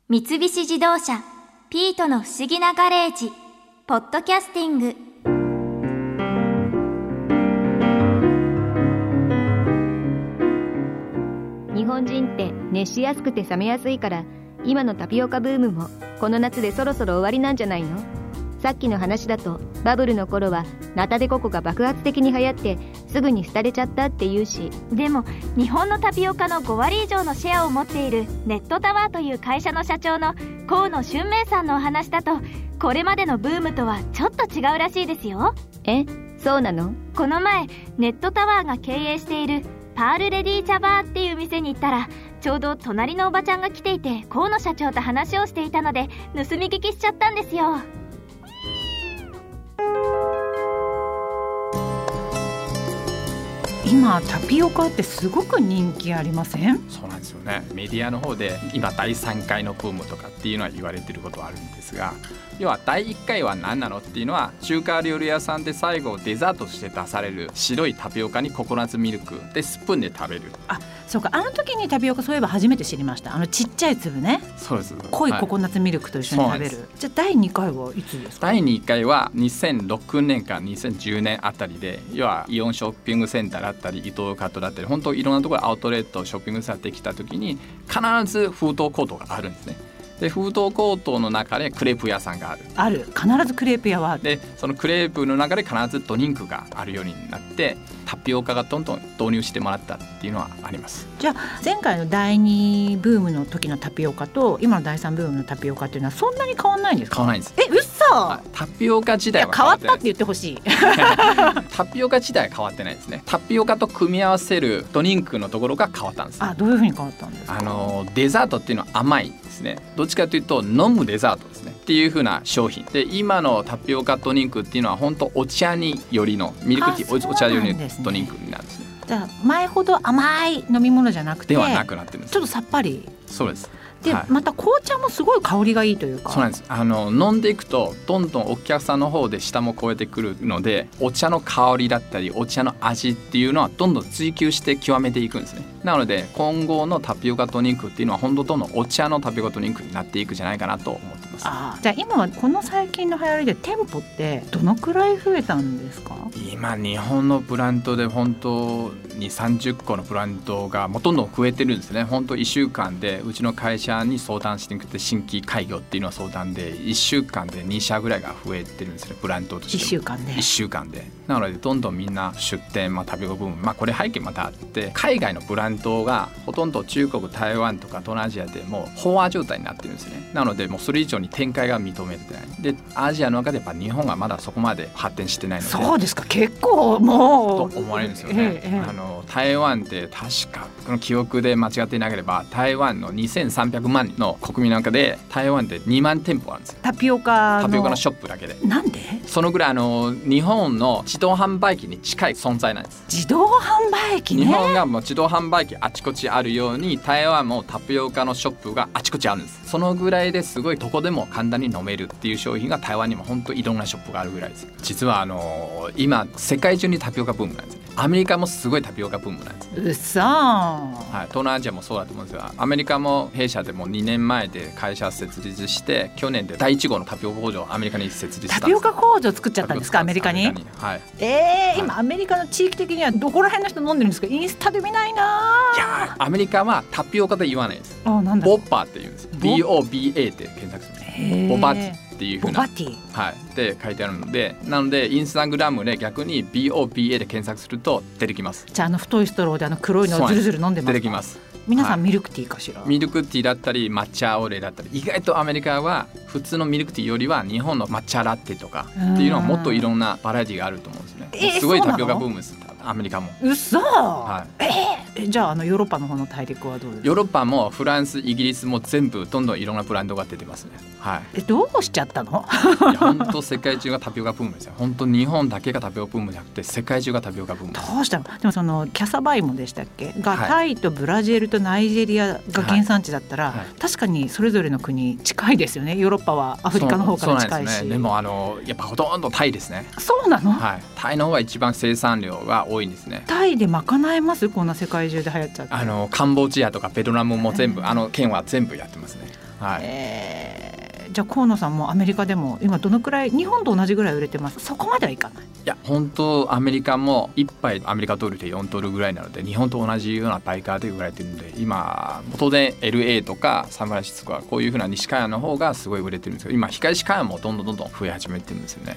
三菱自動車ピートの不思議なガレージポッドキャスティング。 日本人って熱しやすくて冷めやすいから、今のタピオカブームもこの夏でそろそろ終わりなんじゃないの？さっきの話だとバブルの頃はナタデココが爆発的に流行ってすぐに廃れちゃったっていうし、 でも日本のタピオカの5割以上のシェアを持っているネットタワーという会社の社長の河野俊明さんのお話だと、これまでのブームとはちょっと違うらしいですよ。 え、そうなの？ この前ネットタワーが経営しているパールレディー茶バーっていう店に行ったら、ちょうど隣のおばちゃんが来ていて河野社長と話をしていたので盗み聞きしちゃったんですよ。 今タピオカってすごく人気ありません？ そうなんですよね。メディアの方で今第3回のブームとかっていうのは言われてることはあるんですが、要は第1回は何なのっていうのは、中華料理屋さんで最後デザートとして出される白いタピオカにココナッツミルクでスプーンで食べる。 あ、そうか、あの時にタピオカそういえば初めて知りました。ちっちゃい粒ね。 そうです。 濃いココナッツミルクと一緒に食べる、じゃあ第2回はいつですか？ 第2回は2006年から2010年あたりで、要はイオンショッピングセンターだったり伊東カットだったり、本当いろんなところアウトレットショッピングセンターできた時に必ずフードコートがあるんですね。でフードコートの中でクレープ屋さんがある。 必ずクレープ屋はある。 でそのクレープの中で必ずドリンクがあるようになって、タピオカがどんどん導入してもらったっていうのはあります。 じゃあ前回の第2ブームの時のタピオカと今の第3ブームのタピオカっていうのはそんなに変わんないんですか？ 変わらないんです。 え、嘘？ タピオカ自体は変わったって言ってほしいタピオカ自体は変わってないですね。タピオカと組み合わせるドリンクのところが変わったんです。 どういうふうに変わったんですか？ デザートっていうのは甘いですね。どっちかというと飲むデザートですねっていう風な商品で、今のタピオカドリンクっていうのは本当お茶によりのミルクティー、お茶よりのドリンクになるんですね。 じゃあ前ほど甘い飲み物じゃなくてではなくなってるんです。 ちょっとさっぱり。 そうです。 で、また紅茶もすごい香りがいいというか。 そうなんです。飲んでいくとどんどんお客さんの方で舌も超えてくるので、お茶の香りだったりお茶の味っていうのはどんどん追求して極めていくんですね。なので今後のタピオカドリンクっていうのは本当どんどんお茶のタピオカドリンクになっていくんじゃないかなと思ってます。 じゃあ今はこの最近の流行りで店舗ってどのくらい増えたんですか？ 今日本のブランドで本当に30個のブランドがもうどんどん増えてるんですね。本当1週間でうちの会社に相談してくれて、新規開業っていうのは相談で1週間で2社ぐらいが増えてるんですね、ブランドとしても。1週間でなのでどんどんみんな出店、タピオカブーム、これ背景またあって、海外のブランドがほとんど中国、台湾とか東南アジアでも飽和状態になってるんですね。なのでもうそれ以上に展開が認めてないで、アジアの中でやっぱ日本がまだそこまで発展してないので。 そうですか、結構もうと思われるんですよね。台湾って確かこの記憶で間違っていなければ、台湾の2300万人の国民の中で台湾で2万店舗あるんですよ。 タピオカのショップだけで。 なんで？ そのぐらい日本の自動販売機に近い存在なんです。 自動販売機ね。 日本がもう自動販売機あちこちあるように、台湾もタピオカのショップがあちこちあるんです。そのぐらいですごいどこでも簡単に飲めるっていう商品が台湾にも本当いろんなショップがあるぐらいです。実は今世界中にタピオカブームなんです。アメリカもすごいタピオカブームなんです。 うそー、 はい、東南アジアもそうだと思うんですが、アメリカも弊社でも2年前で会社設立して、去年で第1号のタピオカ工場をアメリカに設立したんです。 タピオカ工場作っちゃったんですか、アメリカに。 はい、 今アメリカの地域的にはどこら辺の人飲んでるんですか？インスタで見ないな。 いやアメリカはタピオカで言わないです。 なんだボッパーって言うんです。 BOBA って検索する。ボバティっていう風な、で書いてあるので、なのでインスタグラムで逆に BOBA で検索すると出てきます。 じゃあ太いストローで黒いのをずるずる飲んでますか？ 出てきます。 皆さんミルクティーかしら？ ミルクティーだったり抹茶オレだったり、意外とアメリカは普通のミルクティーよりは日本の抹茶ラテとかっていうのはもっといろんなバラエティがあると思うんですね。すごいタピオカブームです、アメリカも。 嘘、じゃあヨーロッパの方の大陸はどうですか？ ヨーロッパもフランス、イギリスも全部どんどんいろんなブランドが出てますね。 どうしちゃったの？ いや本当世界中がタピオカブームですよ。本当日本だけがタピオカブームじゃなくて世界中がタピオカブームです。 どうしたの？でもそのキャサバイモでしたっけが、タイとブラジルとナイジェリアが原産地だったら、確かにそれぞれの国近いですよね。ヨーロッパはアフリカの方から近いし。 でもやっぱほとんどタイですね。 そうなの？ タイの方が一番生産量が多いんですね。 タイで賄えます？こんな世界中で流行っちゃって。 カンボジアとかベトナムも全部県は全部やってますね。 はい。 じゃあ河野さんもアメリカでも今どのくらい、日本と同じぐらい売れてます？そこまではいかない。 いや本当アメリカも1杯アメリカドルで4ドルぐらいなので、日本と同じような売価で売られてるので、今当然 LA とかサンフランシスコはこういうふうな西海岸の方がすごい売れてるんですけど、今東海岸もどんどん増え始めてるんですよね。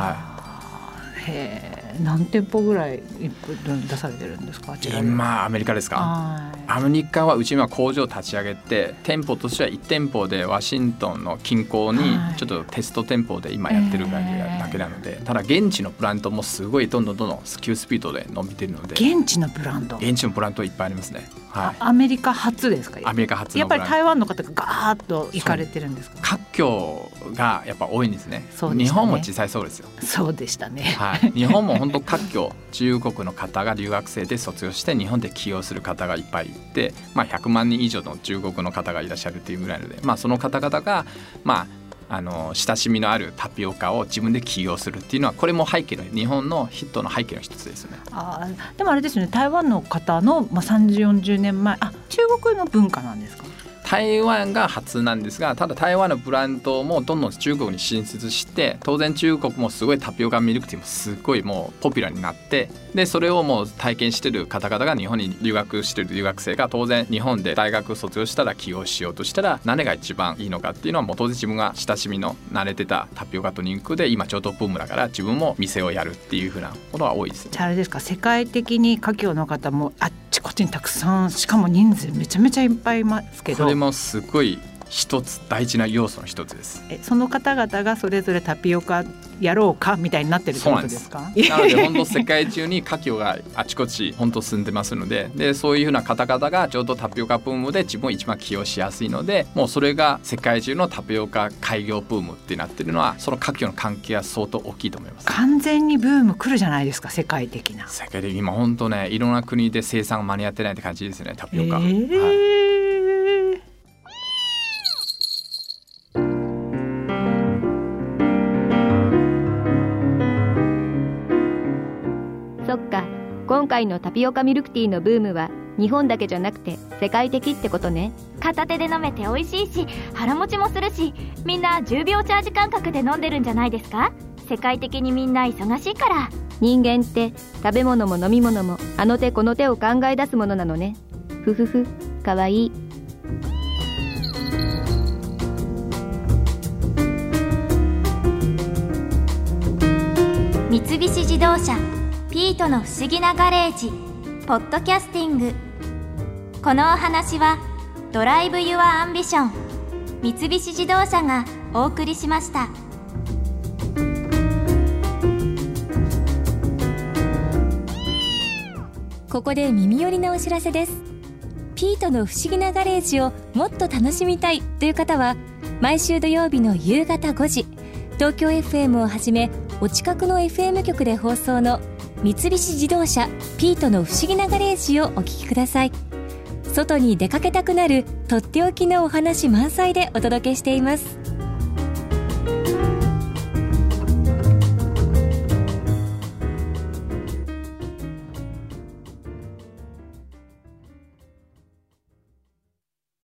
何店舗ぐらい出されてるんですか？ 今アメリカですか？アメリカはうち今工場を立ち上げて、店舗としては1店舗でワシントンの近郊にちょっとテスト店舗で今やってるだけなので、ただ現地のブランドもすごいどんどん急スピードで伸びてるので。 現地のブランドいっぱいありますね。 はい、 アメリカ初ですか？ アメリカ初のやっぱり台湾の方がガーッと行かれてるんですか？ 華僑がやっぱ多いんですね。 そうでしたね。 日本も実際そうですよ。 そうでしたね。 はい、日本も本当華僑中国の方が留学生で卒業して日本で起業する方がいっぱいいて、100万人以上の中国の方がいらっしゃるというぐらいので、その方々が親しみのあるタピオカを自分で起業するっていうのは、これも背景の日本のヒットの背景の一つですよね。 でもあれですよね、台湾の方の、30、40年前中国の文化なんですか？ 台湾が初なんですが、ただ台湾のブランドもどんどん中国に進出して、当然中国もすごいタピオカミルクティーもすごいもうポピュラーになって、でそれをもう体験してる方々が日本に留学してる留学生が当然日本で大学卒業したら起業しようとしたら何が一番いいのかっていうのは、もう当然自分が親しみの慣れてたタピオカとリンクで今ちょうどブームだから自分も店をやるっていう風なことが多いですね。 じゃああれですか、世界的に華僑の方もあっちこっちにたくさん、しかも人数めちゃめちゃいっぱいいますけど、 それもすごい一つ大事な要素の一つです。 その方々がそれぞれタピオカやろうかみたいになってるってことですか？ なので本当世界中に華僑があちこち本当住んでますので、そういうふうな方々がちょうどタピオカブームで自分を一番起用しやすいので、もうそれが世界中のタピオカ開業ブームってなってるのは、その華僑の関係は相当大きいと思います。 完全にブーム来るじゃないですか、世界的な。 世界的に今本当ね、いろんな国で生産が間に合ってないって感じですよね、タピオカ。 そっか、今回のタピオカミルクティーのブームは日本だけじゃなくて世界的ってことね。 片手で飲めて美味しいし腹持ちもするし、みんな10秒チャージ感覚で飲んでるんじゃないですか？世界的にみんな忙しいから。 人間って食べ物も飲み物もあの手この手を考え出すものなのね。ふふふ、かわいい。 三菱自動車ピートの不思議なガレージポッドキャスティング。このお話はドライブ・ユア・アンビション三菱自動車がお送りしました。 ここで耳寄りなお知らせです。ピートの不思議なガレージをもっと楽しみたいという方は、毎週土曜日の夕方5時、東京 FM をはじめお近くの FM 局で放送の三菱自動車ピートの不思議なガレージをお聞きください。外に出かけたくなるとっておきのお話満載でお届けしています。